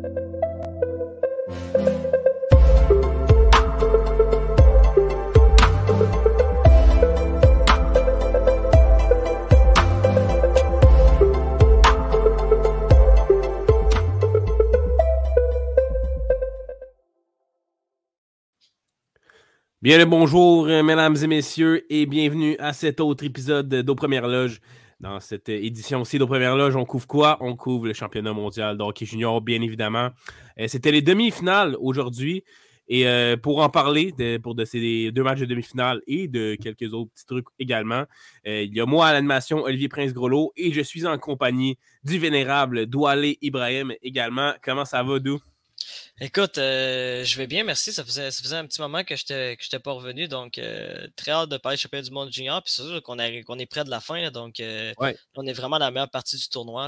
Bien le bonjour, mesdames et messieurs, et bienvenue à cet autre épisode d'Aux Premières Loges. Dans cette édition-ci d'Aux Premières Loges, on couvre quoi? On couvre le championnat mondial de hockey junior, bien évidemment. C'était les demi-finales aujourd'hui, et pour en parler, de ces deux matchs de demi-finale et de quelques autres petits trucs également, il y a moi à l'animation, Olivier Prince-Grelot, et je suis en compagnie du vénérable Doualé Ibrahim également. Comment ça va, Dou? Écoute, je vais bien, merci. Ça faisait un petit moment que j'étais pas revenu, donc très hâte de parler du championnat du monde junior. Puis c'est sûr qu'on est près de la fin, là, donc Ouais. on est vraiment dans la meilleure partie du tournoi,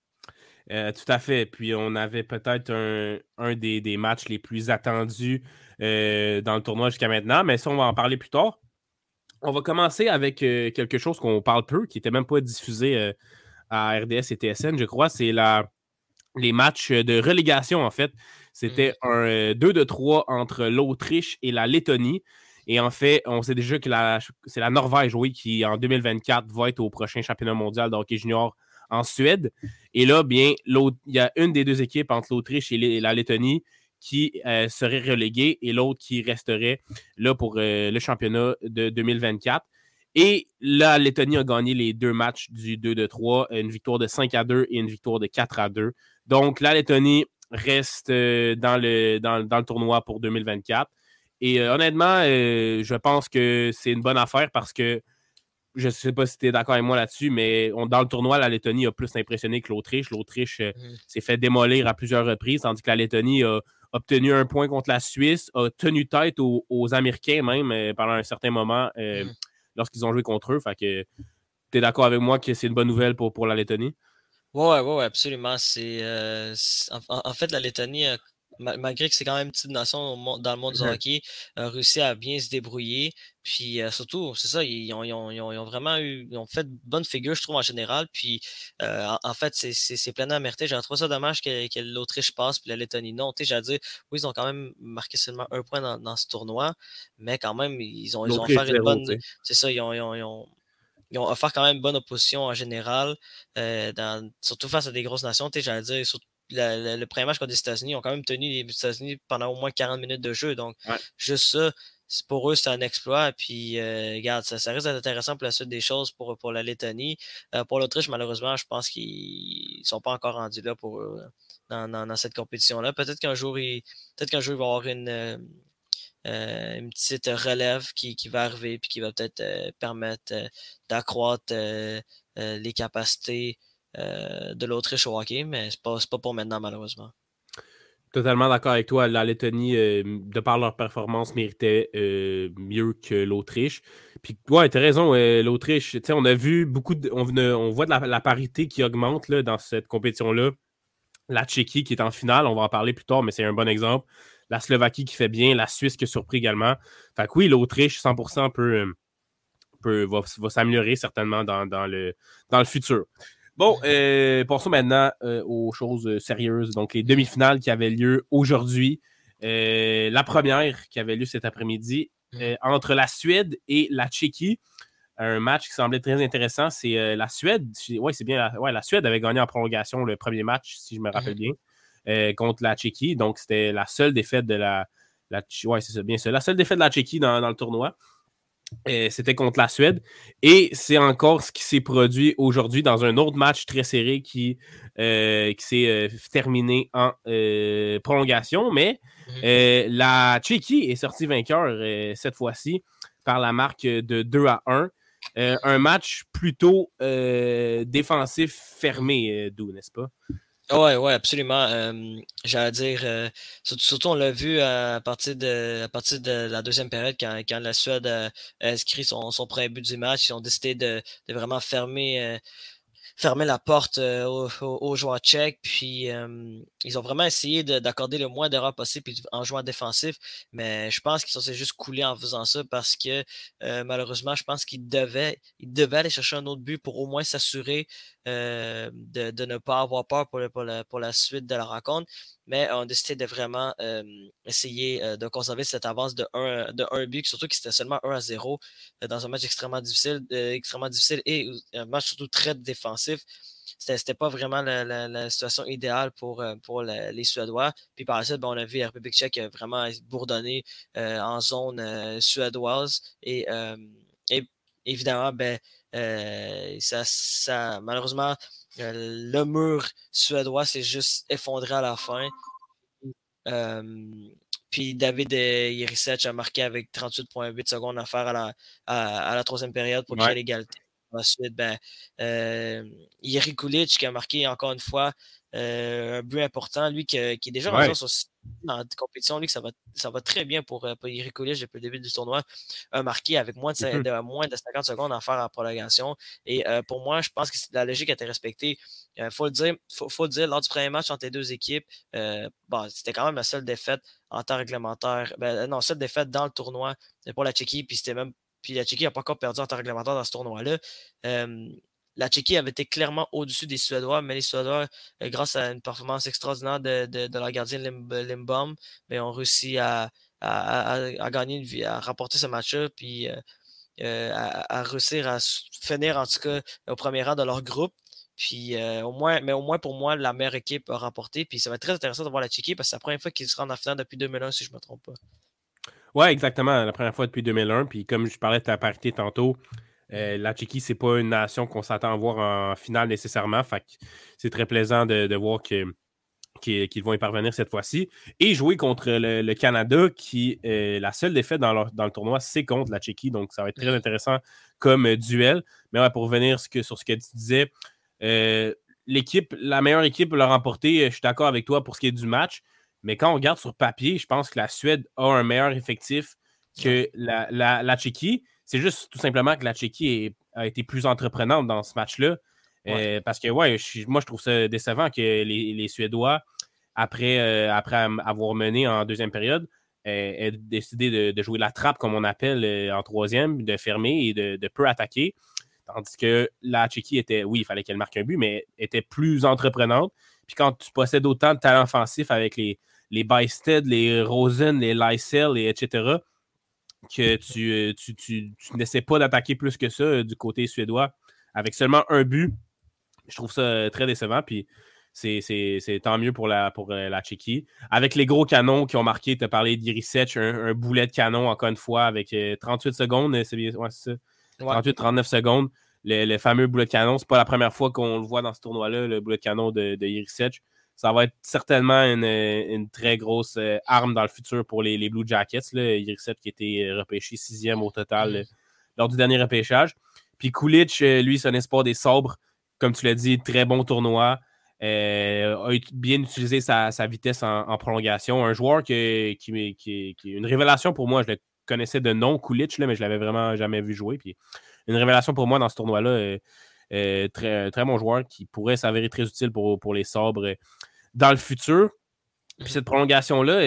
là. Tout à fait. Puis on avait peut-être un des matchs les plus attendus dans le tournoi jusqu'à maintenant, mais ça, on va en parler plus tard. On va commencer avec quelque chose qu'on parle peu, qui n'était même pas diffusé à RDS et TSN, je crois. C'est les matchs de relégation, en fait. C'était un 2-3 entre l'Autriche et la Lettonie. Et en fait, on sait déjà que c'est la Norvège, oui, qui en 2024 va être au prochain championnat mondial de hockey junior en Suède. Et là, bien, il y a une des deux équipes entre l'Autriche et la Lettonie qui serait reléguée et l'autre qui resterait là pour le championnat de 2024. Et la Lettonie a gagné les deux matchs du 2-3, une victoire de 5-2 et une victoire de 4-2. Donc, la Lettonie reste dans le tournoi pour 2024. Et honnêtement, je pense que c'est une bonne affaire parce que je ne sais pas si tu es d'accord avec moi là-dessus, mais dans le tournoi, la Lettonie a plus impressionné que l'Autriche. L'Autriche s'est fait démolir à plusieurs reprises, tandis que la Lettonie a obtenu un point contre la Suisse, a tenu tête aux Américains même pendant un certain moment lorsqu'ils ont joué contre eux. Fait que tu es d'accord avec moi que c'est une bonne nouvelle pour la Lettonie? Ouais, absolument. En fait, la Lettonie, malgré que c'est quand même une petite nation dans le monde du hockey, a réussi à bien se débrouiller. Puis surtout, c'est ça, ils ont vraiment ils ont fait de bonnes figures, je trouve, en général. Puis en fait, c'est pleinement mérité. J'ai trouvé ça dommage que l'Autriche passe, puis la Lettonie non. Tu sais, j'allais dire, oui, ils ont quand même marqué seulement un point dans ce tournoi, mais quand même, ils ont offert une bonne. C'est ça, ils ont offert quand même une bonne opposition en général, surtout face à des grosses nations. J'allais dire, le premier match contre les États-Unis, ils ont quand même tenu les États-Unis pendant au moins 40 minutes de jeu. Donc, juste ça, pour eux, c'est un exploit. Puis, regarde, ça risque d'être intéressant pour la suite des choses pour la Lettonie. Pour l'Autriche, malheureusement, je pense qu'ils ne sont pas encore rendus là pour eux, dans cette compétition-là. Peut-être qu'un jour, il va y avoir une petite relève qui va arriver puis qui va peut-être permettre d'accroître les capacités de l'Autriche au hockey, mais c'est pas pour maintenant, malheureusement. Totalement d'accord avec toi. La Lettonie, de par leur performance, méritait mieux que l'Autriche. Puis, ouais, t'as raison, l'Autriche, tu sais, on a vu beaucoup on voit de la parité qui augmente là, dans cette compétition-là. La Tchéquie qui est en finale, on va en parler plus tard, mais c'est un bon exemple. La Slovaquie qui fait bien, la Suisse qui a surpris également. Fait que oui, l'Autriche, 100% va s'améliorer certainement dans le futur. Bon, passons maintenant aux choses sérieuses. Donc, les demi-finales qui avaient lieu aujourd'hui. La première qui avait lieu cet après-midi entre la Suède et la Tchéquie. Un match qui semblait très intéressant. C'est la Suède. Oui, c'est bien. La Suède avait gagné en prolongation le premier match, si je me rappelle bien, contre la Tchéquie. Donc, c'était la seule défaite de ouais, c'est ça, bien ça. La seule défaite de la Tchéquie dans le tournoi. C'était contre la Suède. Et c'est encore ce qui s'est produit aujourd'hui dans un autre match très serré qui s'est terminé en prolongation. Mais la Tchéquie est sortie vainqueur cette fois-ci par la marque de 2-1. Un match plutôt défensif fermé, d'où, n'est-ce pas? Ouais, absolument. J'allais dire, surtout on l'a vu à partir de la deuxième période, quand la Suède a inscrit son premier but du match, ils ont décidé de vraiment fermer la porte aux joueurs tchèques. Puis ils ont vraiment essayé d'accorder le moins d'erreurs possible en jouant défensif. Mais je pense qu'ils sont juste coulés en faisant ça parce que malheureusement, je pense qu'ils devaient aller chercher un autre but pour au moins s'assurer de ne pas avoir peur pour la suite de la rencontre, mais on a décidé de vraiment essayer de conserver cette avance de 1 but, surtout que c'était seulement 1-0 dans un match extrêmement difficile et un match surtout très défensif. C'était pas vraiment la situation idéale pour les Suédois. Puis par la suite, ben, on a vu la République tchèque vraiment bourdonner en zone suédoise. Et évidemment, ben, malheureusement, le mur suédois s'est juste effondré à la fin. Puis David Jiricek a marqué avec 38,8 secondes à faire à la troisième période pour créer Ouais. l'égalité. Ensuite, ben, Jiri Kulic qui a marqué encore une fois un but important. Lui qui est déjà rendu Ouais. dans la compétition, lui, que ça va très bien pour Jiri Kulic depuis le début du tournoi. A marqué avec moins de 50 secondes à faire en prolongation. Et pour moi, je pense que la logique a été respectée. Faut le dire, lors du premier match entre les deux équipes, bon, c'était quand même la seule défaite en temps réglementaire. Ben, non, seule défaite dans le tournoi pour la Tchéquie, puis la Tchéquie n'a pas encore perdu en temps réglementaire dans ce tournoi-là. La Tchéquie avait été clairement au-dessus des Suédois, mais les Suédois, grâce à une performance extraordinaire de leur gardien Lindbom, ben, ont réussi à gagner, à remporter ce match-là, puis à réussir à finir en tout cas au premier rang de leur groupe. Puis au moins pour moi, la meilleure équipe a remporté. Puis ça va être très intéressant de voir la Tchéquie parce que c'est la première fois qu'ils se rendent en finale depuis 2001, si je ne me trompe pas. Ouais, exactement. La première fois depuis 2001. Puis comme je parlais de ta parité tantôt, la Tchéquie, c'est pas une nation qu'on s'attend à voir en finale nécessairement. Fait que c'est très plaisant de voir qu'ils vont y parvenir cette fois-ci. Et jouer contre le Canada, qui la seule défaite dans le tournoi, c'est contre la Tchéquie. Donc, ça va être très intéressant comme duel. Mais ouais, pour revenir sur ce que tu disais, la meilleure équipe l'a remporté. Je suis d'accord avec toi pour ce qui est du match. Mais quand on regarde sur papier, je pense que la Suède a un meilleur effectif que la Tchéquie. C'est juste tout simplement que la Tchéquie a été plus entreprenante dans ce match-là. Parce que, ouais, moi, je trouve ça décevant que les Suédois, après avoir mené en deuxième période, aient décidé de jouer la trappe, comme on appelle, en troisième, de fermer et de peu attaquer. Tandis que la Tchéquie était, oui, il fallait qu'elle marque un but, mais était plus entreprenante. Puis quand tu possèdes autant de talent offensif avec les Bysted, les Rosen, les Lysell, etc., que tu n'essaies pas d'attaquer plus que ça du côté suédois avec seulement un but, je trouve ça très décevant. Puis c'est tant mieux pour la Tchéquie. Avec les gros canons qui ont marqué, tu as parlé d'Irisech, un boulet de canon, encore une fois, avec 38 secondes. C'est ça. 38-39 secondes. Le fameux boulet de canon. C'est pas la première fois qu'on le voit dans ce tournoi-là, le boulet de canon de Irisech. Ça va être certainement une très grosse arme dans le futur pour les Blue Jackets. Irisech qui a été repêché 6e au total lors du dernier repêchage. Puis Kulic, lui, c'est un espoir des Sabres. Comme tu l'as dit, très bon tournoi. A bien utilisé sa vitesse en prolongation. Un joueur qui est une révélation pour moi. Je le connaissais de nom, Kulic, mais je ne l'avais vraiment jamais vu jouer. Puis une révélation pour moi dans ce tournoi-là. Très, très bon joueur qui pourrait s'avérer très utile pour les Sabres dans le futur. Puis cette prolongation-là,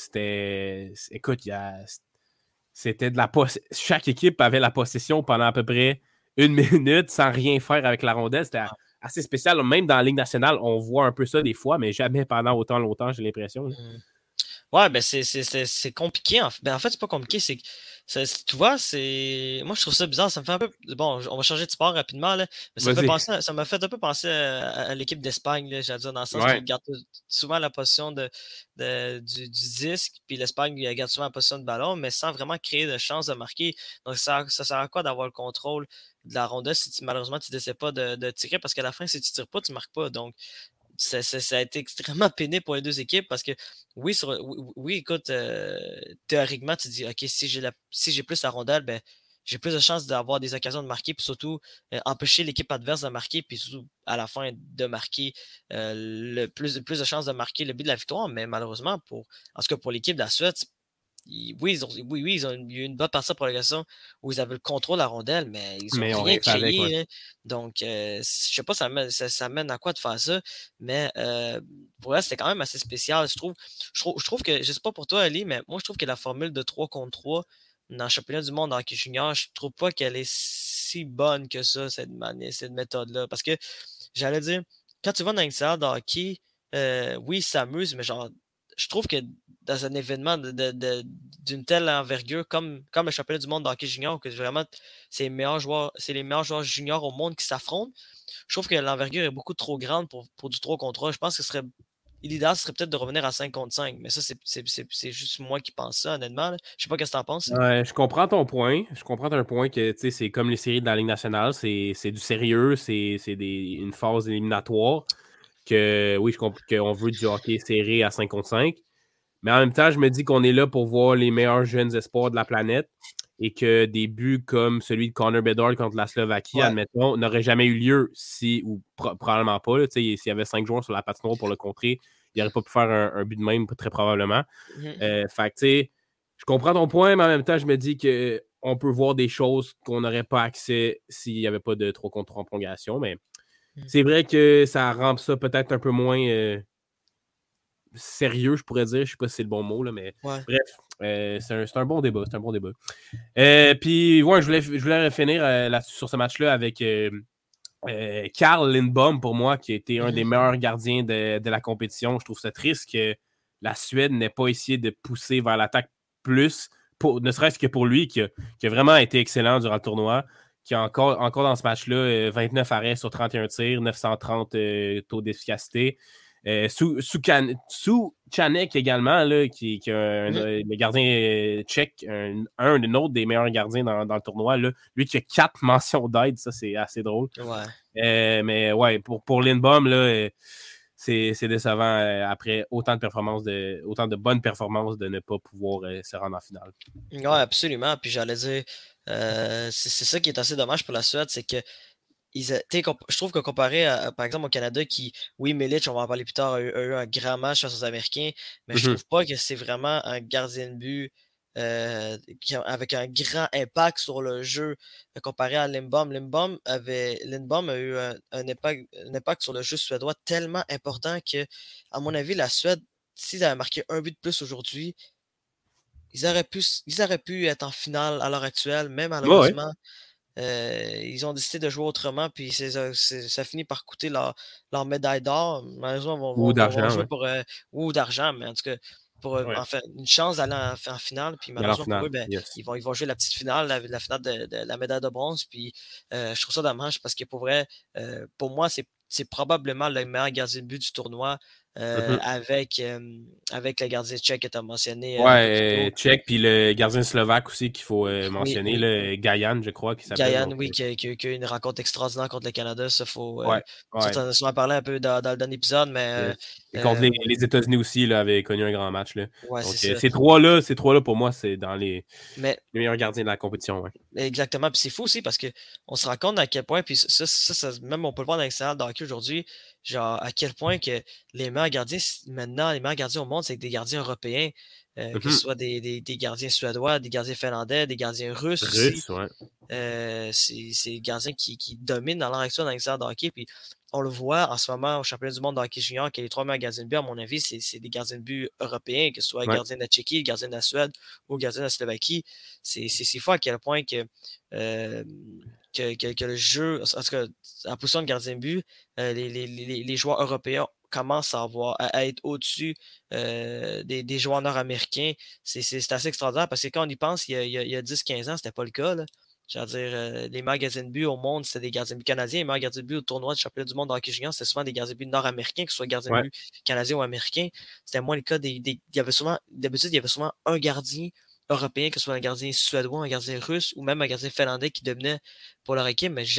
écoute, c'était de la chaque équipe avait la possession pendant à peu près 1 minute sans rien faire avec la rondelle. C'était assez spécial. Même dans la Ligue nationale, on voit un peu ça des fois, mais jamais pendant autant longtemps, j'ai l'impression. Ouais, ben c'est compliqué. En fait, c'est pas compliqué. Tu vois, moi je trouve ça bizarre. Ça me fait un peu. Bon, on va changer de sport rapidement, là. Mais ça m'a fait un peu penser à l'équipe d'Espagne, là, j'allais dire, dans le sens qu'ils gardent souvent la position du disque, puis l'Espagne garde souvent la position de ballon, mais sans vraiment créer de chance de marquer. Donc ça sert à quoi d'avoir le contrôle de la rondelle si malheureusement tu n'essaies pas de tirer, parce qu'à la fin, si tu tires pas, tu marques pas. Donc ça a été extrêmement pénible pour les deux équipes parce que oui, écoute, théoriquement, tu dis, OK, si j'ai plus la rondelle, ben, j'ai plus de chances d'avoir des occasions de marquer, puis surtout empêcher l'équipe adverse de marquer, puis surtout à la fin de marquer plus de chances de marquer le but de la victoire. Mais malheureusement, en tout cas pour l'équipe de la Suède, oui, ils ont eu une bonne partie de prolongation où ils avaient le contrôle de la rondelle, mais ils n'ont rien créé. Donc, je ne sais pas ça mène à quoi de faire ça, mais pour elle, c'était quand même assez spécial. Je trouve que, je ne sais pas pour toi, Ali, mais moi, je trouve que la formule de 3 contre 3 dans le championnat du monde en hockey junior, je ne trouve pas qu'elle est si bonne que ça, cette méthode-là. Parce que j'allais dire, quand tu vas dans une salle de hockey, oui, ça s'amuse, mais genre, je trouve que dans un événement d'une telle envergure comme le championnat du monde de hockey junior, que vraiment c'est les meilleurs joueurs juniors au monde qui s'affrontent, je trouve que l'envergure est beaucoup trop grande pour du 3 contre 1. Je pense que l'idéal serait peut-être de revenir à 5 contre 5, mais ça, c'est juste moi qui pense ça, honnêtement. Là. Je sais pas ce que tu en penses. Ouais, je comprends ton point. Je comprends ton point que c'est comme les séries de la Ligue nationale, c'est du sérieux, c'est une phase éliminatoire. Que oui, qu'on veut du hockey serré à 5 contre 5. Mais en même temps, je me dis qu'on est là pour voir les meilleurs jeunes espoirs de la planète et que des buts comme celui de Connor Bedard contre la Slovaquie, Ouais. admettons, n'auraient jamais eu lieu ou probablement pas. S'il y avait 5 joueurs sur la patinoire pour le contrer, il n'aurait pas pu faire un but de même, très probablement. Fait que, tu sais, je comprends ton point, mais en même temps, je me dis qu'on peut voir des choses qu'on n'aurait pas accès s'il n'y avait pas de 3 contre 3 en prolongation. Mais c'est vrai que ça rend ça peut-être un peu moins sérieux, je pourrais dire. Je ne sais pas si c'est le bon mot, là, mais Ouais. bref, c'est un bon débat. C'est un bon débat. Puis, ouais, je voulais finir sur ce match-là avec Carl Lindbom, pour moi, qui a été un des meilleurs gardiens de la compétition. Je trouve ça triste que la Suède n'ait pas essayé de pousser vers l'attaque plus, ne serait-ce que pour lui, qui a vraiment été excellent durant le tournoi, qui a encore dans ce match-là 29 arrêts sur 31 tirs, 930 taux d'efficacité. Součanek également, là, qui est le gardien tchèque, un des meilleurs gardiens dans le tournoi. Là. Lui qui a 4 mentions d'aide, ça c'est assez drôle. Ouais. Mais ouais, pour Lindbom, là, c'est décevant après autant de bonnes performances de ne pas pouvoir se rendre en finale. Ouais, absolument. Puis j'allais dire, c'est ça qui est assez dommage pour la Suède, c'est que je trouve que comparé par exemple, au Canada, qui, oui, Milic, on va en parler plus tard, a eu un grand match face aux Américains, mais je trouve pas que c'est vraiment un gardien de but avec un grand impact sur le jeu comparé à Lindbom. Lindbom a eu un impact sur le jeu suédois tellement important que, à mon avis, la Suède, s'ils avaient marqué un but de plus aujourd'hui, ils auraient pu être en finale à l'heure actuelle, mais Ouais. malheureusement, ils ont décidé de jouer autrement, puis ça finit par coûter leur médaille d'or. Malheureusement, Ou vont d'argent, jouer ouais. ou d'argent, mais en tout cas, pour Ouais. enfin, une chance d'aller en finale. Puis Il en malheureusement pour finale, eux, ben, yes. ils vont jouer la petite finale, la finale de la médaille de bronze. Puis je trouve ça dommage parce que pour vrai, pour moi, c'est probablement le meilleur gardien de but du tournoi avec le gardien tchèque que tu as mentionné un peu plus tôt. Ouais, tchèque, puis le gardien slovaque aussi qu'il faut Oui, mentionner, oui. là, Gajan, je crois, qu'il s'appelle. Gaïane, Donc, oui, qui a eu une rencontre extraordinaire contre le Canada. Ça, ouais, ça, ouais. t'en as souvent parlé un peu dans le dernier épisode, mais Yes. Et contre euh, les États-Unis aussi, là, avaient connu un grand match. Là. ouais, c'est Donc, ça. ces trois-là, pour moi, c'est dans les Mais meilleurs gardiens de la compétition. Ouais. exactement. Puis c'est fou aussi parce qu'on se rend compte à quel point, puis même on peut le voir dans les salles de hockey aujourd'hui, genre à quel point que les meilleurs gardiens, maintenant, les meilleurs gardiens au monde, c'est des gardiens européens, que ce soit des gardiens suédois, des gardiens finlandais, des gardiens russes aussi. Russe, ouais. C'est des gardiens qui dominent dans leur action dans les salles de hockey. Puis on le voit en ce moment au championnat du monde de hockey junior, que les 3 meilleurs gardiens de but, à mon avis, c'est des gardiens de but européens, que ce soit le Ouais. gardien de la Tchéquie, le gardien de la Suède ou le gardien de la Slovaquie. C'est fou à quel point euh, que le jeu, en tout cas, en position de gardien de but, les joueurs européens commencent à être au-dessus des joueurs nord-américains. C'est assez extraordinaire parce que quand on y pense, il y a 10-15 ans, c'était pas le cas. Là. Je veux dire, les meilleurs gardiens de but au monde, c'était des gardiens de but canadiens. Les meilleurs gardiens de but au tournoi du championnat du monde de hockey junior, c'était souvent des gardiens de but nord-américains, que ce soit gardiens de Ouais. but canadiens ou américains. C'était moins le cas d'habitude, il y avait souvent un gardien européen, que ce soit un gardien suédois, un gardien russe ou même un gardien finlandais qui dominait pour leur équipe, mais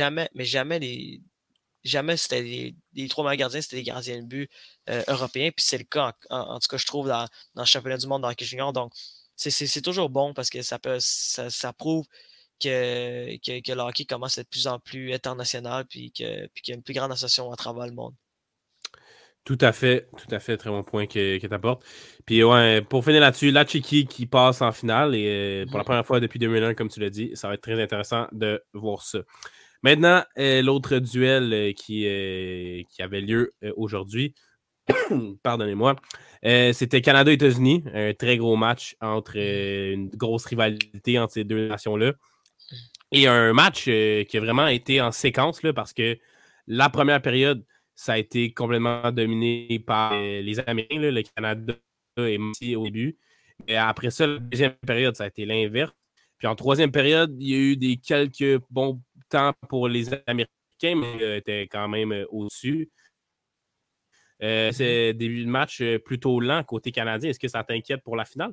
jamais c'était les 3 meilleurs gardiens, c'était des gardiens de but européens. Puis c'est le cas, en tout cas, je trouve, dans le championnat du monde de hockey junior. Donc, c'est toujours bon parce que ça prouve que le hockey commence à être de plus en plus international puis qu'il y a une plus grande association à travers le monde. Tout à fait, très bon point que tu apportes. Puis ouais, pour finir là-dessus, la Tchéquie qui passe en finale et pour la première fois depuis 2001, comme tu l'as dit, ça va être très intéressant de voir ça. Maintenant, l'autre duel qui avait lieu aujourd'hui, pardonnez-moi, c'était Canada-États-Unis, un très gros match entre une grosse rivalité entre ces deux nations-là. Et un match qui a vraiment été en séquence là, parce que La première période, ça a été complètement dominé par les Américains. Là, le Canada est menti au début. Et après ça, la deuxième période, ça a été l'inverse. Puis en troisième période, il y a eu quelques bons temps pour les Américains, mais étaient quand même au-dessus. C'est début de match plutôt lent côté canadien. Est-ce que ça t'inquiète pour la finale?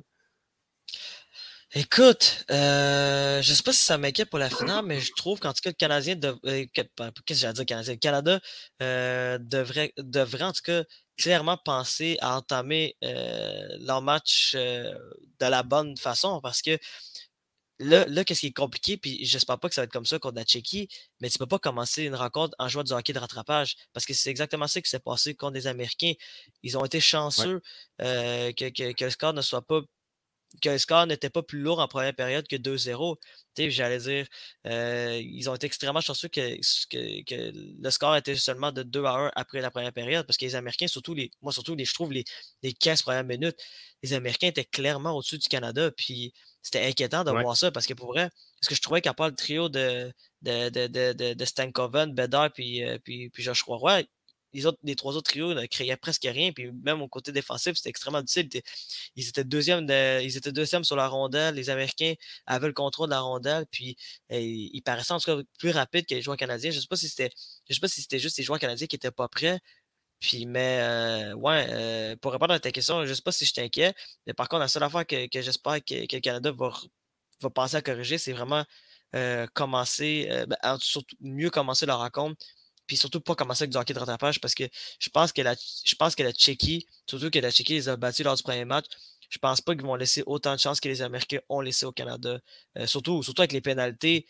Écoute, je sais pas si ça m'inquiète pour la finale, mais je trouve qu'en tout cas, le Canadien qu'est-ce que j'allais dire, Canadien? Le Canada devrait en tout cas clairement penser à entamer leur match de la bonne façon parce que là, qu'est-ce qui est compliqué, puis j'espère pas que ça va être comme ça contre la Tchéquie, mais tu peux pas commencer une rencontre en jouant du hockey de rattrapage parce que c'est exactement ça qui s'est passé contre les Américains. Ils ont été Ouais. chanceux que le score ne soit pas que le score n'était pas plus lourd en première période que 2-0. J'allais dire, ils ont été extrêmement chanceux que le score était seulement de 2-1 après la première période, parce que les Américains, je trouve les 15 premières minutes, les Américains étaient clairement au-dessus du Canada, puis c'était inquiétant de Ouais. voir ça, parce que pour vrai, parce que je trouvais qu'à part le trio de Stankoven, Bedard, puis Joshua Roy, les trois autres trios ne créaient presque rien, puis même au côté défensif, c'était extrêmement difficile. Ils étaient deuxièmes sur la rondelle. Les Américains avaient le contrôle de la rondelle. Puis ils paraissaient en tout cas plus rapides que les joueurs canadiens. Je sais pas si c'était juste les joueurs canadiens qui n'étaient pas prêts. Puis, mais ouais, pour répondre à ta question, je ne sais pas si je t'inquiète. Mais par contre, la seule affaire que j'espère que le Canada va penser à corriger, c'est vraiment commencer, surtout mieux commencer la rencontre. Puis surtout pas commencer avec du hockey de rattrapage parce que je pense que la Tchéquie, surtout que la Tchéquie les a battus lors du premier match, je pense pas qu'ils vont laisser autant de chances que les Américains ont laissé au Canada. Surtout avec les pénalités.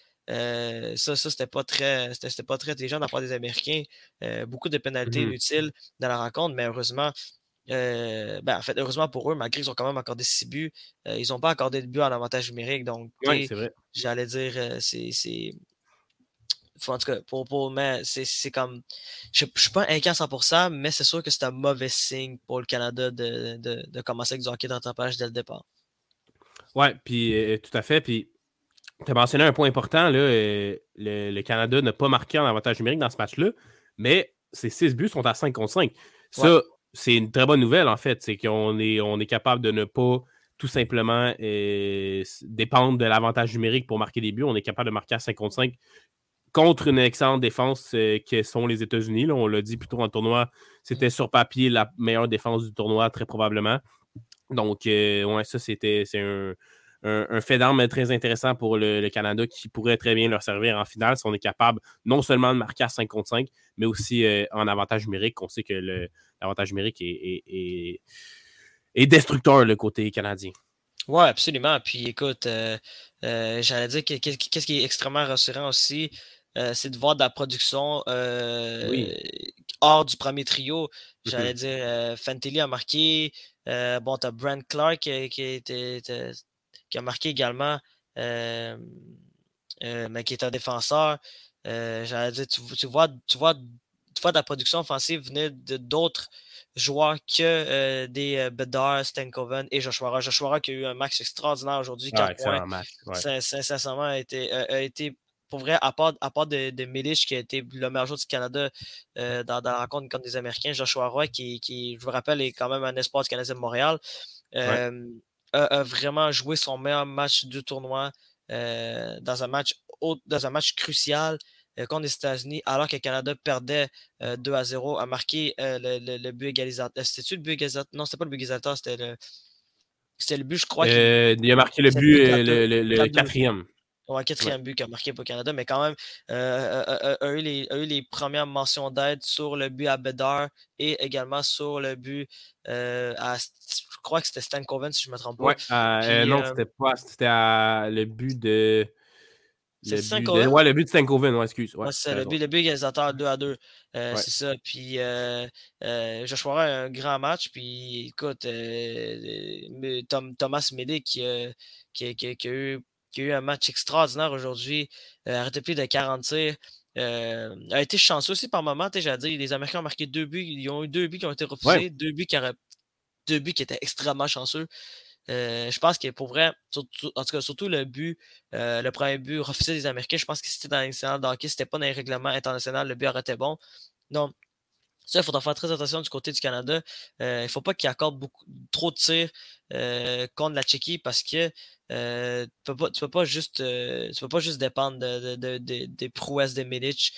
C'était pas très intelligent de la part des Américains. Beaucoup de pénalités Mhm. inutiles dans la rencontre, mais heureusement, en fait, heureusement pour eux, malgré qu'ils ont quand même accordé 6 buts, ils n'ont pas accordé de but en avantage numérique. Donc, Oui, c'est vrai. j'allais dire, en tout cas, mais c'est comme. Je suis pas inquiet à 100%, mais c'est sûr que c'est un mauvais signe pour le Canada de commencer avec du hockey de rattrapage dès le départ. Oui, puis tout à fait. Puis tu as mentionné un point important, là, le Canada n'a pas marqué en avantage numérique dans ce match-là, mais ses 6 buts sont à 5 contre 5. Ouais. Ça, c'est une très bonne nouvelle, en fait. C'est on est capable de ne pas tout simplement dépendre de l'avantage numérique pour marquer des buts. On est capable de marquer à 5 contre 5 contre une excellente défense que sont les États-Unis. Là, on l'a dit plus tôt dans le tournoi, c'était sur papier la meilleure défense du tournoi, très probablement. Donc, ouais, ça, c'est un fait d'armes très intéressant pour le Canada qui pourrait très bien leur servir en finale si on est capable non seulement de marquer à 5 contre 5, mais aussi en avantage numérique. On sait que l'avantage numérique est destructeur le côté canadien. Ouais, absolument. Puis écoute, j'allais dire qu'est-ce qui est extrêmement rassurant aussi, c'est de voir de la production Oui. hors du premier trio. J'allais Mhm. dire, Fantilli a marqué. Bon, t'as Brent Clark qui a marqué également, mais qui est un défenseur. J'allais dire, tu vois de la production offensive venir d'autres joueurs que des Bedard, Stankoven et Joshua Roy. Joshua Roy qui a eu un match extraordinaire aujourd'hui, Ah, 4 points. excellent match. Ouais. Sincèrement, a été, pour vrai, à part de Milic, qui a été le meilleur joueur du Canada dans la rencontre contre les Américains, Joshua Roy, qui, je vous rappelle, est quand même un espoir du Canadien de Montréal, Ouais. a vraiment joué son meilleur match du tournoi dans un match crucial contre les États-Unis, alors que le Canada perdait 2-0, a marqué le but égalisateur. C'était-tu le but égalisateur? Non, c'était pas le but égalisateur, c'était le but, je crois, Il a marqué le c'était le but, but 4-2. le 4-2. quatrième. Ouais, Ouais. quatrième but qu'il a marqué pour le Canada, mais quand même, a eu les premières mentions d'aide sur le but à Bedard et également sur le but je crois que c'était Stankoven, si je ne me trompe pas. Ouais. Puis, Non, c'était pas. C'était le but c'est Stankoven? Ouais, le but de Stankoven, ouais, excuse. Ouais, Ouais, c'est ça, t'as raison. le but égalisateur 2-2. Ouais. C'est ça. Puis Joshua Roy a un grand match. Puis écoute, Thomas Médé qui a eu un match extraordinaire aujourd'hui, arrêté plus de 40 tirs. A été chanceux aussi par moment. J'allais dire, les Américains ont marqué 2 buts. Ils ont eu 2 buts qui ont été Ouais. refusés, 2 buts qui étaient extrêmement chanceux. Je pense que pour vrai, en tout cas, surtout le premier but refusé des Américains, je pense que c'était dans les national de hockey, c'était pas dans les règlements internationaux, le but aurait été bon. Donc, ça, il faudra faire très attention du côté du Canada. Il ne faut pas qu'ils accordent trop de tirs contre la Tchéquie parce que tu peux pas juste dépendre des prouesses de Milic.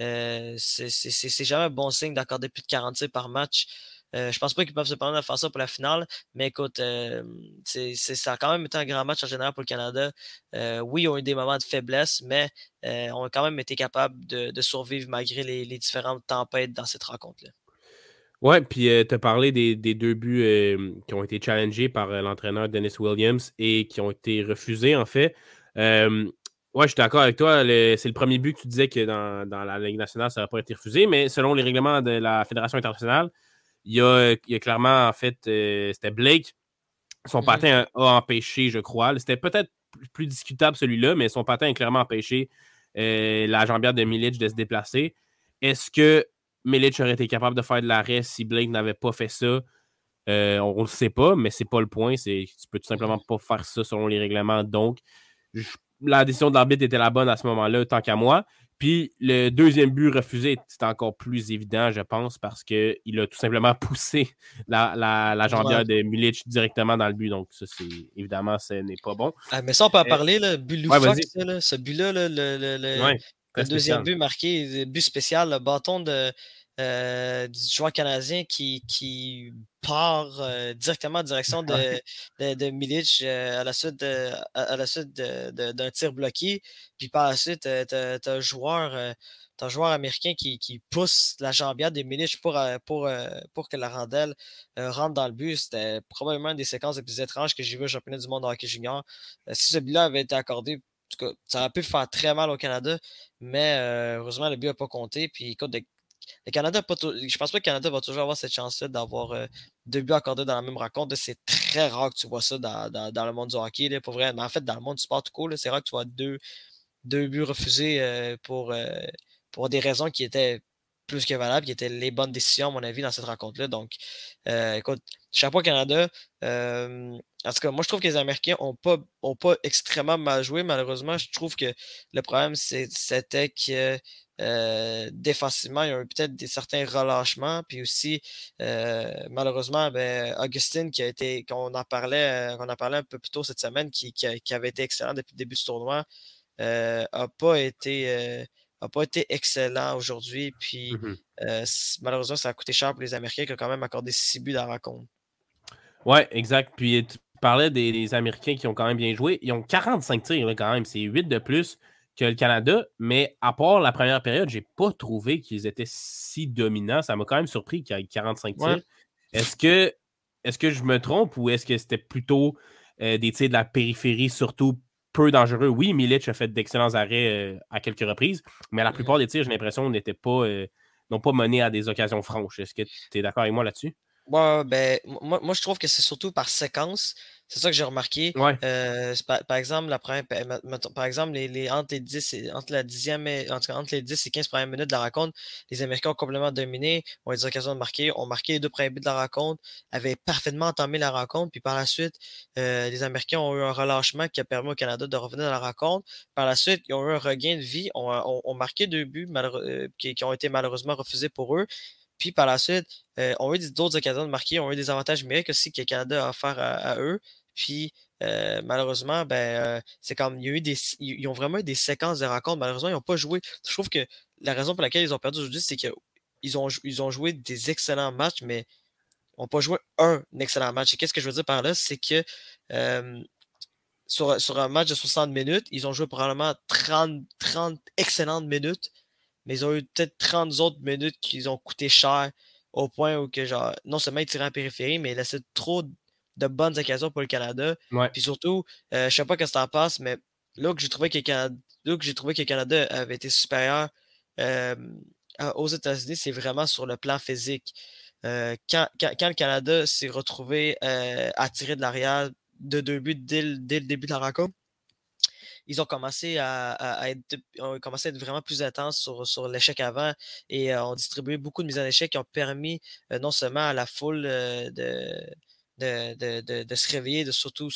C'est jamais un bon signe d'accorder plus de 40 tirs par match. Je pense pas qu'ils peuvent se permettre de faire ça pour la finale, mais écoute, ça a quand même été un grand match en général pour le Canada. Oui, ils ont eu des moments de faiblesse, mais on a quand même été capable de survivre malgré les différentes tempêtes dans cette rencontre-là. Ouais, puis tu as parlé des deux buts qui ont été challengés par l'entraîneur Dennis Williams et qui ont été refusés, en fait. Ouais, je suis d'accord avec toi. C'est le premier but que tu disais que dans la Ligue nationale, ça n'a pas été refusé, mais selon les règlements de la Fédération internationale, il y a clairement, en fait, c'était Blake. Son Mhm. patin a empêché, je crois. C'était peut-être plus discutable celui-là, mais son patin a clairement empêché la jambière de Milic de se déplacer. Est-ce que Milic aurait été capable de faire de l'arrêt si Blake n'avait pas fait ça? On ne le sait pas, mais c'est pas le point. Tu peux tout Mhm. simplement pas faire ça selon les règlements. Donc, la décision de l'arbitre était la bonne à ce moment-là, tant qu'à moi. Puis le deuxième but refusé, c'est encore plus évident, je pense, parce qu'il a tout simplement poussé la Ouais. jambière de Milic directement dans le but. Donc, ça, évidemment, ce n'est pas bon. Ah, mais ça, on peut en Euh, parler, là, but ouais, loufoque, vas-y. ça, là, ce but-là, là, Ouais, le très deuxième spécial. but marqué, le but spécial, le bâton du joueur canadien qui part directement en direction Ouais. de Milic à la suite d'un tir bloqué. Puis par la suite, t'as un joueur américain qui pousse la jambière de Milic pour que la rondelle rentre dans le but. C'était probablement une des séquences les plus étranges que j'ai vues au championnat du monde de hockey junior. Si ce but-là avait été accordé, en tout cas, ça aurait pu faire très mal au Canada, mais heureusement, le but n'a pas compté. Puis écoute, le Canada je pense pas que le Canada va toujours avoir cette chance-là d'avoir deux buts accordés dans la même rencontre. C'est très rare que tu vois ça dans le monde du hockey, là, pour vrai. Mais en fait, dans le monde du sport tout court, c'est rare que tu vois deux buts refusés pour des raisons qui étaient plus que valables, qui étaient les bonnes décisions, à mon avis, dans cette rencontre-là. Donc, écoute, chapeau Canada. En tout cas, moi, je trouve que les Américains ont pas extrêmement mal joué. Malheureusement, je trouve que le problème, c'était que défensivement, il y a eu peut-être certains relâchements. Puis aussi, malheureusement, ben, Augustine, qu'on en parlait un peu plus tôt cette semaine, qui avait été excellent depuis le début du tournoi, n'a pas été excellent aujourd'hui. Puis malheureusement, ça a coûté cher pour les Américains qui ont quand même accordé 6 buts dans la rencontre. Ouais, exact. Puis tu parlais des Américains qui ont quand même bien joué. Ils ont 45 tirs là, quand même. C'est 8 de plus que le Canada. Mais à part la première période, j'ai pas trouvé qu'ils étaient si dominants. Ça m'a quand même surpris qu'il y ait 45 Ouais. tirs. Est-ce que, est-ce que je me trompe ou est-ce que c'était plutôt des tirs de la périphérie, surtout peu dangereux? Oui, Milic a fait d'excellents arrêts à quelques reprises, mais la Mhm. plupart des tirs, j'ai l'impression, n'ont pas mené à des occasions franches. Est-ce que tu es d'accord avec moi là-dessus? Ouais, ben, moi, je trouve que c'est surtout par séquence. C'est ça que j'ai remarqué. Ouais. Par exemple, par exemple, entre la dixième en tout cas, entre les 10 et 15 premières minutes de la rencontre, les Américains ont complètement dominé, ont eu des occasions de marquer, ont marqué les deux premiers buts de la rencontre, avaient parfaitement entamé la rencontre, puis par la suite, les Américains ont eu un relâchement qui a permis au Canada de revenir dans la rencontre. Par la suite, ils ont eu un regain de vie, ont marqué deux buts qui ont été malheureusement refusés pour eux. Puis par la suite, on a eu d'autres occasions de marquer, on a eu des avantages numériques aussi que le Canada a offert à eux. Puis malheureusement, ben, c'est comme il y a eu ils ont vraiment eu des séquences de rencontres. Malheureusement, ils n'ont pas joué. Je trouve que la raison pour laquelle ils ont perdu aujourd'hui, c'est qu'ils ont joué des excellents matchs, mais ils n'ont pas joué un excellent match. Et qu'est-ce que je veux dire par là? C'est que euh, sur un match de 60 minutes, ils ont joué probablement 30 excellentes minutes, mais ils ont eu peut-être 30 autres minutes qui ont coûté cher au point où que, genre, non seulement ils tiraient en périphérie, mais ils laissaient trop de bonnes occasions pour le Canada. Ouais. Puis surtout, je sais pas ce que t'en penses, mais là que j'ai trouvé que le Canada avait été supérieur euh, aux États-Unis, c'est vraiment sur le plan physique. Quand le Canada s'est retrouvé à tirer de l'arrière de deux buts dès le début de la rencontre, ils ont commencé à être vraiment plus intenses sur l'échec avant et ont distribué beaucoup de mises en échec qui ont permis non seulement à la foule de se réveiller, de surtout,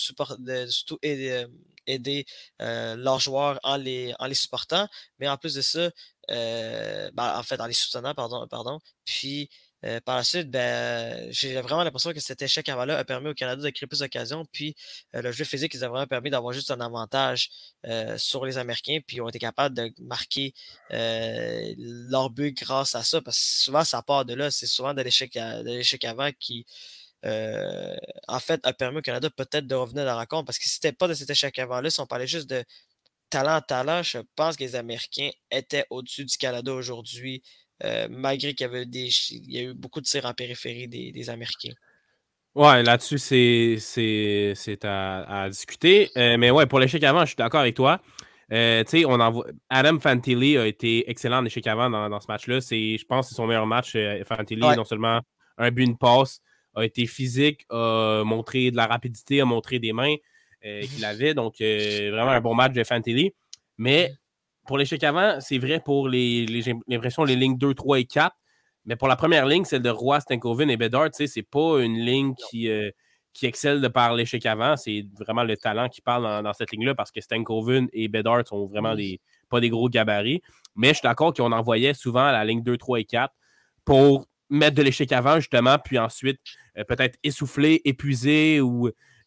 aider leurs joueurs en les supportant, mais en plus de ça, en fait, en les soutenant, pardon. Puis, par la suite, j'ai vraiment l'impression que cet échec avant-là a permis au Canada de créer plus d'occasions. Puis, le jeu physique, ils a vraiment permis d'avoir juste un avantage sur les Américains. Puis, ils ont été capables de marquer leur but grâce à ça. Parce que souvent, ça part de là. C'est souvent de l'échec avant qui, euh, en fait, a permis au Canada peut-être de revenir dans la rencontre. Parce que si c'était pas de cet échec avant-là, si on parlait juste de talent, je pense que les Américains étaient au-dessus du Canada aujourd'hui, malgré il y a eu beaucoup de tirs en périphérie des Américains. Ouais, là-dessus, c'est à discuter. Mais ouais, pour l'échec avant, je suis d'accord avec toi. Tu sais, Adam Fantilli a été excellent en échec avant dans ce match-là. Je pense que c'est son meilleur match. Fantilli, Ouais. non seulement un but, une passe, a été physique, a montré de la rapidité, a montré des mains qu'il avait. Donc, vraiment un bon match de Fantilli. Mais pour l'échec avant, c'est vrai pour j'ai l'impression les lignes 2, 3 et 4. Mais pour la première ligne, celle de Roy, Stankoven et Bedard, c'est pas une ligne qui excelle de par l'échec avant. C'est vraiment le talent qui parle dans cette ligne-là parce que Stankoven et Bedard sont vraiment pas des gros gabarits. Mais je suis d'accord qu'on envoyait souvent à la ligne 2, 3 et 4 pour mettre de l'échec avant, justement, puis ensuite peut-être essouffler, épuiser ou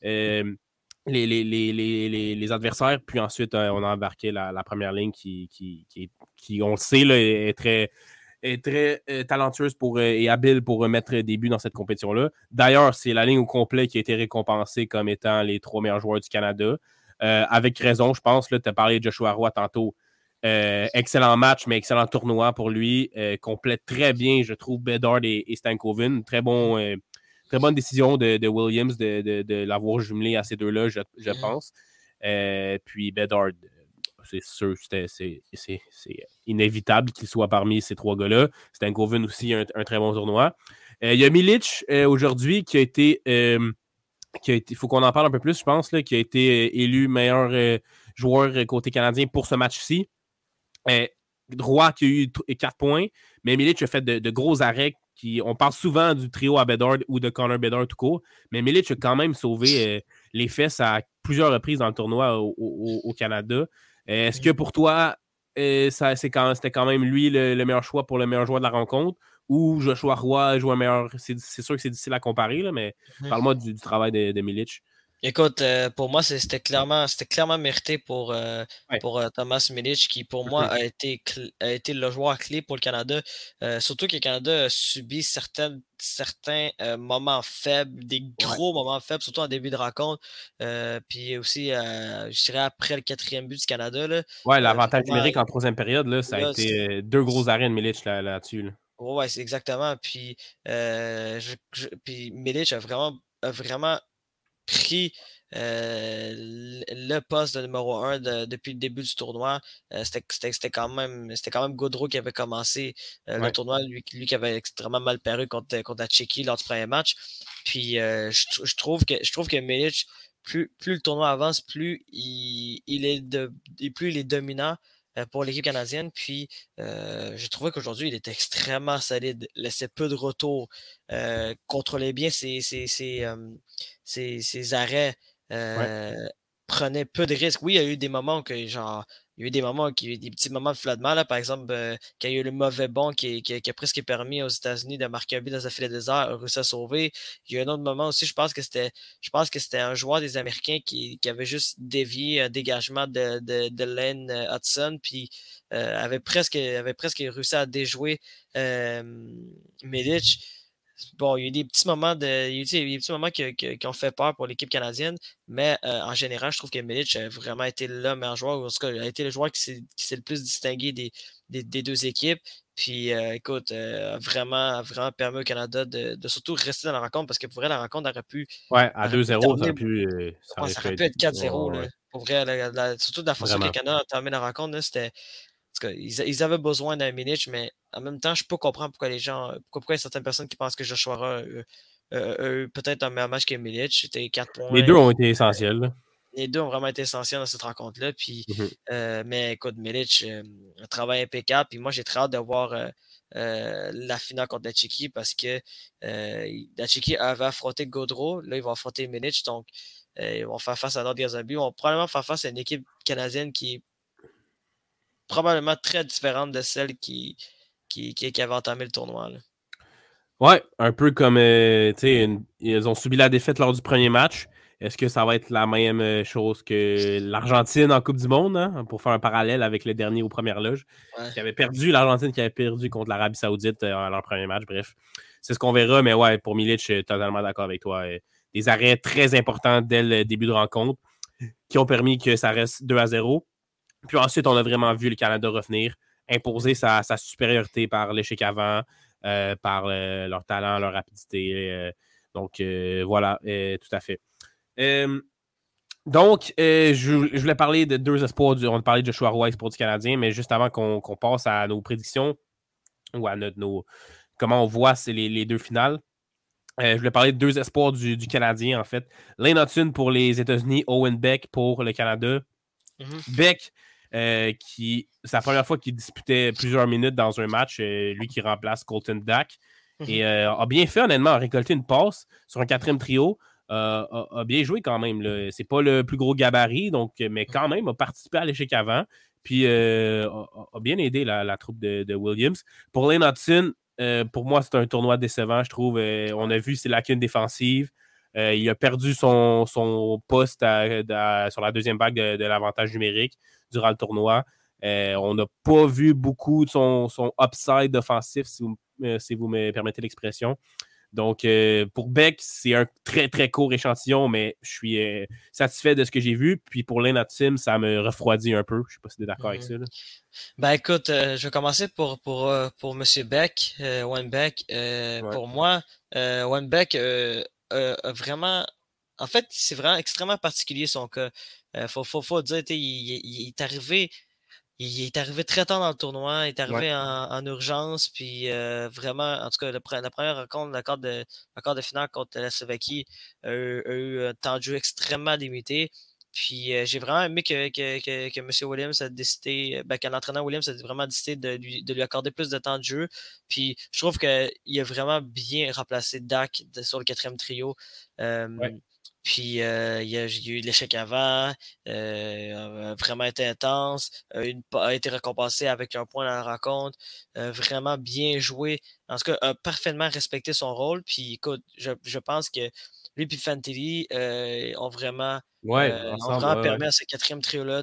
les adversaires. Puis ensuite, on a embarqué la première ligne qui on le sait, là, est très talentueuse et habile pour mettre des buts dans cette compétition-là. D'ailleurs, c'est la ligne au complet qui a été récompensée comme étant les 3 meilleurs joueurs du Canada. Avec raison, je pense. Tu as parlé de Joshua Roy tantôt. Excellent match, mais excellent tournoi pour lui. Complète très bien, je trouve, Bedard et Stankoven. Très bonne décision de Williams de l'avoir jumelé à ces deux-là, je pense. Puis Bedard, c'est sûr, c'est inévitable qu'il soit parmi ces 3 gars-là. Stankoven aussi un très bon tournoi. Il y a Milic aujourd'hui qui a été, il faut qu'on en parle un peu plus, je pense, là, qui a été élu meilleur joueur côté canadien pour ce match-ci. Roy qui a eu 4 points, mais Milic a fait de gros arrêts. On parle souvent du trio à Bedard ou de Connor Bedard tout court, mais Milic a quand même sauvé les fesses à plusieurs reprises dans le tournoi au Canada. Est-ce que pour toi, c'était quand même lui le meilleur choix pour le meilleur joueur de la rencontre ou Joshua Roy joue un meilleur? C'est sûr que c'est difficile à comparer, là, mais parle-moi du travail de Milic. Écoute, pour moi, c'était clairement mérité pour Thomas Milic, qui pour moi a été le joueur clé pour le Canada. Surtout que le Canada a subi certains moments faibles, des gros moments faibles, surtout en début de rencontre. Puis aussi, je dirais après le 4e but du Canada. Là, ouais, l'avantage vraiment, numérique en 3e période, là, ça a là, été 2 gros arrêts de Milic là-dessus. Là. ouais, c'est exactement. Puis, puis Milic a vraiment pris le poste de numéro 1 depuis le début du tournoi. C'était quand même Gaudreau qui avait commencé le tournoi, lui qui avait extrêmement mal paru contre la Tchéquie lors du premier match. Puis je trouve que Milic, plus le tournoi avance, plus il est dominant pour l'équipe canadienne. Puis j'ai trouvé qu'aujourd'hui, il était extrêmement solide, laissait peu de retours, contrôlait bien ses arrêts, prenait peu de risques. Oui, il y a eu des moments que, genre, il y a eu des des petits moments de flottement, là, par exemple, quand il y a eu le mauvais bond qui a presque permis aux États-Unis de marquer un but dans un filet désert, a réussi à sauver. Il y a eu un autre moment aussi, je pense que c'était un joueur des Américains qui avait juste dévié un dégagement de Len Hudson, puis avait presque réussi à déjouer Milic. Bon, il y a eu des petits moments qui ont fait peur pour l'équipe canadienne, mais en général, je trouve que Milic a vraiment été le meilleur joueur, ou en tout cas, a été le joueur qui s'est le plus distingué des deux équipes. Puis, écoute, vraiment permis au Canada de surtout rester dans la rencontre, parce que pour vrai, la rencontre Ouais, à 2-0, terminer, ça aurait ça pu aurait être. pu être 4-0. Ouais, Là. Pour vrai, surtout de la façon que le vraiment. Canada a terminé la rencontre, là, c'était. En tout cas, ils avaient besoin d'un Milic, mais en même temps, je peux comprendre pourquoi pourquoi il y a certaines personnes qui pensent que Joshua Roy a eu peut-être un meilleur match que Milic. C'était 4 Les points. deux ont été essentiels. Là. Les deux ont vraiment été essentiels dans cette rencontre-là. Puis, Mhm. mais écoute, Milic, un travail impeccable. Puis moi, j'ai très hâte de voir la finale contre la Tchéquie parce que la Tchéquie avait affronté Gaudreau. Là, ils vont affronter Milic. Donc, ils vont faire face à Nadia Zabi. Ils vont probablement faire face à une équipe canadienne qui est probablement très différente de celle qui avait entamé le tournoi. Là. Ouais, un peu comme, tu sais, ils ont subi la défaite lors du premier match. Est-ce que ça va être la même chose que l'Argentine en Coupe du Monde, hein, pour faire un parallèle avec le dernier aux premières loges, Ouais. l'Argentine qui avait perdu contre l'Arabie Saoudite à leur premier match. Bref, c'est ce qu'on verra, mais ouais, pour Milic, je suis totalement d'accord avec toi. Des arrêts très importants dès le début de rencontre qui ont permis que ça reste 2-0. Puis ensuite, on a vraiment vu le Canada revenir, imposer sa supériorité par l'échec avant, par leur talent, leur rapidité. Donc, voilà, tout à fait. Donc, je voulais parler de deux espoirs. On a parlé de Joshua Roy, espoir du Canadien, mais juste avant qu'on passe à nos prédictions ou à comment on voit les deux finales, je voulais parler de deux espoirs du Canadien, en fait. Lane Hudson pour les États-Unis, Owen Beck pour le Canada. Mm-hmm. Beck, c'est la première fois qu'il disputait plusieurs minutes dans un match, lui qui remplace Colton Dack. Et a bien fait, honnêtement, a récolté une passe sur un quatrième trio. A bien joué quand même. C'est pas le plus gros gabarit, donc, mais quand même, a participé à l'échec avant. Puis a bien aidé la troupe de Williams. Pour Lane Hudson, pour moi, c'est un tournoi décevant, je trouve. On a vu ses lacunes défensives. Il a perdu son poste sur la deuxième vague de l'avantage numérique durant le tournoi. On n'a pas vu beaucoup de son upside offensif, si vous me permettez l'expression. Donc, pour Beck, c'est un très, très court échantillon, mais je suis satisfait de ce que j'ai vu. Puis pour Lane Hudson, ça me refroidit un peu. Je ne sais pas si tu es d'accord avec ça. Là. Ben écoute, je vais commencer pour Monsieur Beck, Wayne Beck. Ouais. Pour moi, Wayne Beck a vraiment. En fait, c'est vraiment extrêmement particulier son cas. Faut dire, il est arrivé. Il est arrivé très tard dans le tournoi, il est Ouais. arrivé en urgence, puis vraiment, en tout cas, la première rencontre, la quart de finale contre la Slovaquie, a eu un temps de jeu extrêmement limité. Puis j'ai vraiment aimé que M. Williams a décidé, que l'entraîneur Williams a vraiment décidé de lui accorder plus de temps de jeu. Puis je trouve qu'il a vraiment bien remplacé Dak sur le quatrième trio. Ouais. Puis il y a eu l'échec avant, a vraiment été intense, a été récompensé avec un point dans la rencontre, vraiment bien joué. En tout cas, a parfaitement respecté son rôle. Puis écoute, je pense que lui et Fantilli Ouais, ont ensemble, vraiment ouais, ouais. permis à ce quatrième trio-là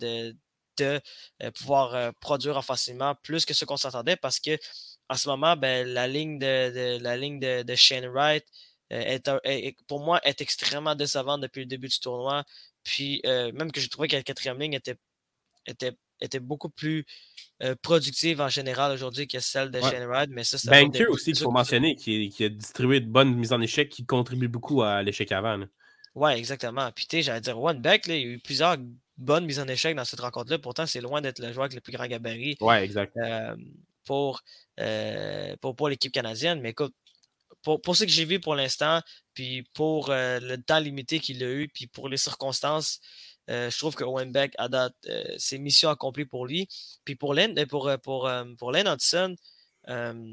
de pouvoir produire offensivement plus que ce qu'on s'attendait parce que en ce moment, ben, la ligne de Shane Wright pour moi est extrêmement décevante depuis le début du tournoi. Puis même que j'ai trouvé que la quatrième ligne était beaucoup plus productive en général aujourd'hui que celle de Ouais. Shane Wright, mais ça va Banker aussi, qu'il faut mentionner, qui a distribué de bonnes mises en échec qui contribuent beaucoup à l'échec avant. Là. Ouais, exactement. Puis, tu sais, j'allais dire, One Beck, là, il y a eu plusieurs bonnes mises en échec dans cette rencontre-là. Pourtant, c'est loin d'être le joueur avec le plus grand gabarit Ouais, exact. euh, pour, pour l'équipe canadienne. Mais écoute, pour ce que j'ai vu pour l'instant, puis pour le temps limité qu'il a eu, puis pour les circonstances, je trouve que Owen Beck, à date, c'est mission accomplie pour lui. Puis pour Lane Hudson, euh,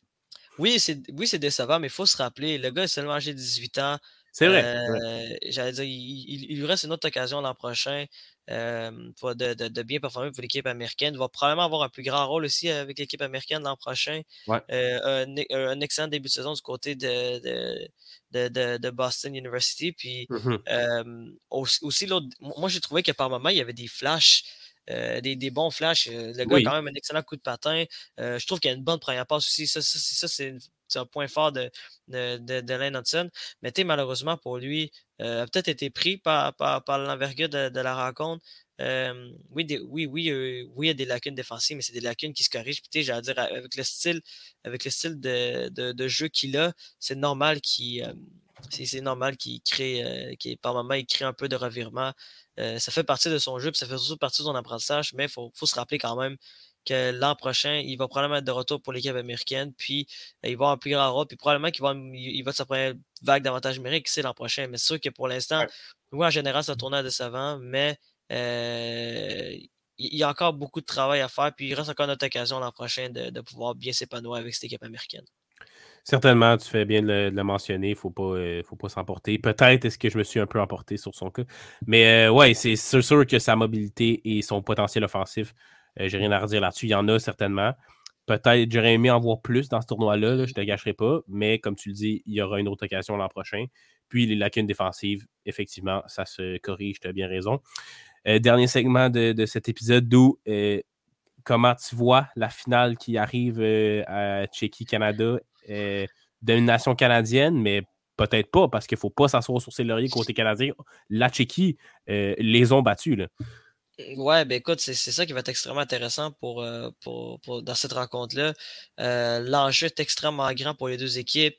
oui, c'est décevant, mais il faut se rappeler, le gars a seulement âgé 18 ans. C'est vrai. C'est vrai. J'allais dire, il lui reste une autre occasion l'an prochain de bien performer pour l'équipe américaine. Il va probablement avoir un plus grand rôle aussi avec l'équipe américaine l'an prochain. Ouais. Un excellent début de saison du côté de Boston University. Puis Mhm. aussi, moi, j'ai trouvé que par moment, il y avait des flashs. Des bons flashs. Le gars a quand Oui. même un excellent coup de patin. Je trouve qu'il a une bonne première passe aussi. C'est un point fort de Lane Hudson. Mais malheureusement pour lui, a peut-être été pris par l'envergure de la rencontre. Oui, il y a des lacunes défensives, mais c'est des lacunes qui se corrigent. Puis, j'allais dire, avec le style de jeu qu'il a, c'est normal c'est normal qu'il crée, par moment, il crée un peu de revirement. Ça fait partie de son jeu, puis ça fait surtout partie de son apprentissage, mais il faut se rappeler quand même que l'an prochain, il va probablement être de retour pour l'équipe américaine, puis il va avoir un plus grand rôle, puis probablement il va de sa première vague d'avantage numérique, c'est l'an prochain. Mais c'est sûr que pour l'instant, Ouais. oui, en général, ça tourne à décevant, mais il y a encore beaucoup de travail à faire, puis il reste encore notre occasion l'an prochain de pouvoir bien s'épanouir avec cette équipe américaine. Certainement, tu fais bien de le mentionner, il ne faut pas s'emporter. Peut-être est-ce que je me suis un peu emporté sur son cas. Mais ouais, c'est sûr que sa mobilité et son potentiel offensif, j'ai rien à redire là-dessus. Il y en a certainement. Peut-être j'aurais aimé en voir plus dans ce tournoi-là, là, je ne te gâcherai pas, mais comme tu le dis, il y aura une autre occasion l'an prochain. Puis les lacunes défensives, effectivement, ça se corrige, tu as bien raison. Dernier segment de cet épisode d'où comment tu vois la finale qui arrive à Tchéquie-Canada, domination canadienne, mais peut-être pas, parce qu'il ne faut pas s'asseoir sur ses lauriers côté canadien. La Tchéquie les ont battus. Là. Ouais, ben écoute, c'est ça qui va être extrêmement intéressant dans cette rencontre-là. L'enjeu est extrêmement grand pour les deux équipes.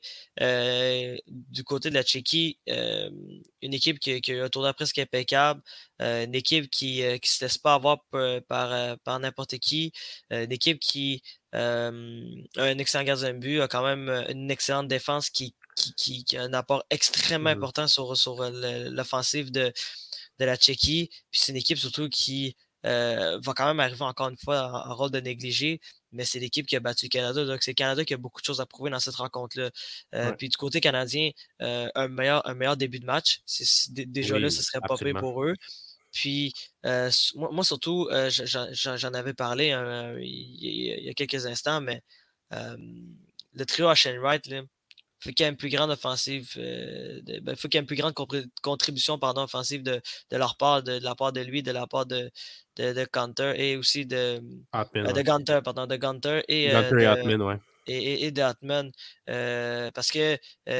Du côté de la Tchéquie, une équipe qui a un tournoi presque impeccable, une équipe qui se laisse pas avoir par n'importe qui, une équipe qui a un excellent gardien de but, a quand même une excellente défense qui a un apport extrêmement important sur l'offensive de la Tchéquie. Puis c'est une équipe surtout qui va quand même arriver encore une fois en rôle de négligé, mais c'est l'équipe qui a battu le Canada. Donc c'est le Canada qui a beaucoup de choses à prouver dans cette rencontre-là. Ouais. Puis du côté canadien, un meilleur début de match. Déjà là, ce serait pas pire pour eux. Puis, moi surtout, j'en avais parlé il y a quelques instants, mais le trio à Shane Wright, là, faut qu'il y ait une plus grande offensive, faut qu'il y ait une plus grande contribution offensive de leur part, de la part de lui, de la part de Gunter et aussi Hartman, de ouais. Gunter, pardon, de Gunter et Gunter et Hartman, ouais. de Hartman. Parce que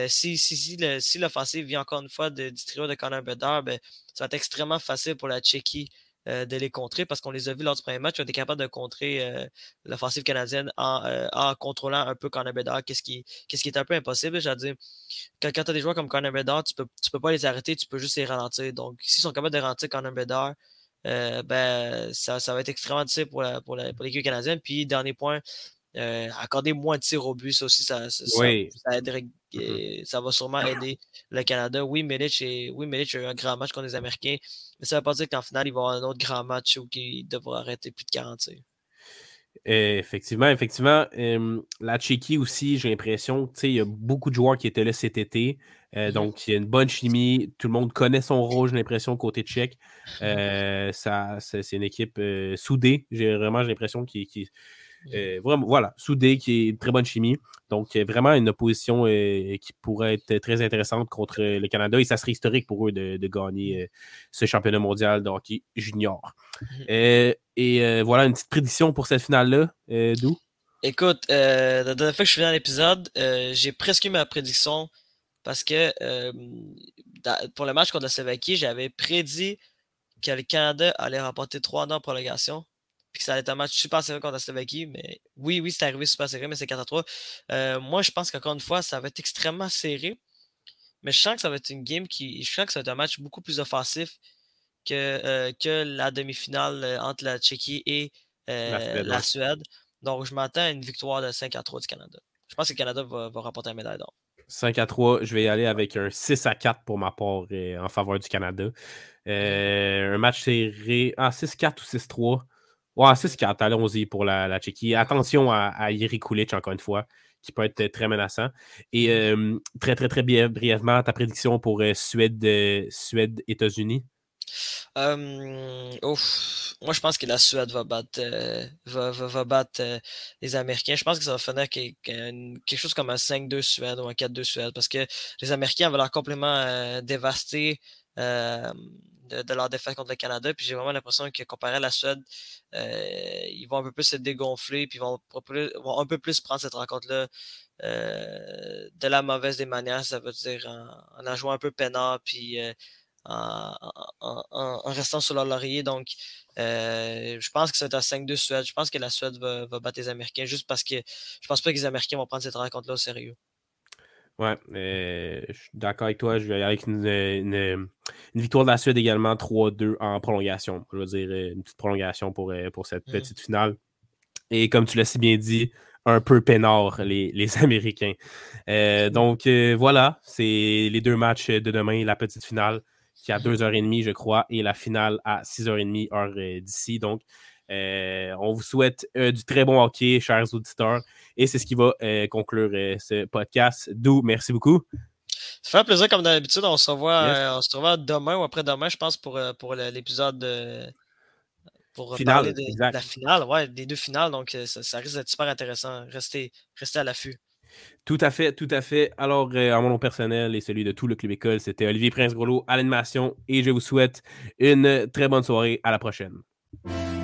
si l'offensive vient encore une fois du trio de Connor Bedard, ben, ça va être extrêmement facile pour la Tchéquie de les contrer parce qu'on les a vus lors du premier match. Ils ont été capables de contrer l'offensive canadienne en contrôlant un peu Connor Bedard, qu'est-ce qui est un peu impossible. Je veux dire, quand tu as des joueurs comme Connor Bedard, tu peux pas les arrêter, tu peux juste les ralentir. Donc, s'ils sont capables de ralentir Connor Bedard, ben, ça va être extrêmement difficile pour l'équipe canadienne. Puis, dernier point, accorder moins de tirs au but, ça aussi, Oui. aiderait, ça va sûrement aider le Canada. Oui, Milic a eu un grand match contre les Américains, mais ça ne veut pas dire qu'en finale, il va y avoir un autre grand match où il devra arrêter plus de 40 tirs. Effectivement. La Tchéquie aussi, j'ai l'impression, il y a beaucoup de joueurs qui étaient là cet été. Donc, il y a une bonne chimie. Tout le monde connaît son rôle, j'ai l'impression, côté tchèque. C'est une équipe soudée. J'ai l'impression vraiment, voilà, soudée, qui est une très bonne chimie. Donc, vraiment une opposition qui pourrait être très intéressante contre le Canada. Et ça serait historique pour eux de gagner ce championnat mondial de hockey junior. Voilà, une petite prédiction pour cette finale-là, Dou. Écoute, la dernière fois que je suis venu dans l'épisode, j'ai presque eu ma prédiction parce que pour le match contre la Slovaquie, j'avais prédit que le Canada allait remporter 3-1 en prolongation. Puis que ça allait être un match super serré contre la Slovaquie. Mais oui, c'est arrivé super serré, mais c'est 4-3. Moi, je pense qu'encore une fois, ça va être extrêmement serré. Mais je sens que ça va être une game je sens que ça va être un match beaucoup plus offensif que la demi-finale entre la Tchéquie et la Suède. Donc, je m'attends à une victoire de 5-3 du Canada. Je pense que le Canada va remporter la médaille d'or. 5-3, je vais y aller avec un 6-4 pour ma part en faveur du Canada. Un match serré. 6-4 ou 6-3. Ouais, 6-4, allons-y pour la Tchéquie. Attention à Jiri Kulich, encore une fois, qui peut être très menaçant. Et très, très, très brièvement, ta prédiction pour Suède-États-Unis? Moi, je pense que la Suède va battre, les Américains. Je pense que ça va finir quelque chose comme un 5-2 Suède ou un 4-2 Suède parce que les Américains avaient l'air complètement dévastés de leur défaite contre le Canada. Puis j'ai vraiment l'impression que comparé à la Suède, ils vont un peu plus se dégonfler puis vont un peu plus prendre cette rencontre-là de la mauvaise des manières. Ça veut dire en jouant un peu peinard puis en restant sur leur laurier. Donc, je pense que c'est un 5-2 Suède. Je pense que la Suède va battre les Américains juste parce que je pense pas que les Américains vont prendre cette rencontre-là au sérieux. Ouais, je suis d'accord avec toi. Je vais aller avec une victoire de la Suède également, 3-2 en prolongation. Je veux dire, une petite prolongation pour cette petite finale. Et comme tu l'as si bien dit, un peu peinard, les Américains. Donc, voilà, c'est les deux matchs de demain, la petite finale qui est à 2h30, je crois, et la finale à 6h30, heure d'ici. Donc, on vous souhaite du très bon hockey, chers auditeurs. Et c'est ce qui va conclure ce podcast. D'où, merci beaucoup. Ça fait un plaisir comme d'habitude. On se Yes. revoit demain ou après-demain, je pense, pour l'épisode pour Finale, parler de exact. la finale, ouais, des deux finales. Donc, ça risque d'être super intéressant. Restez à l'affût. Tout à fait, tout à fait. Alors, en mon nom personnel et celui de tout le Club École, c'était Olivier Prince-Groslo à l'animation et je vous souhaite une très bonne soirée. À la prochaine.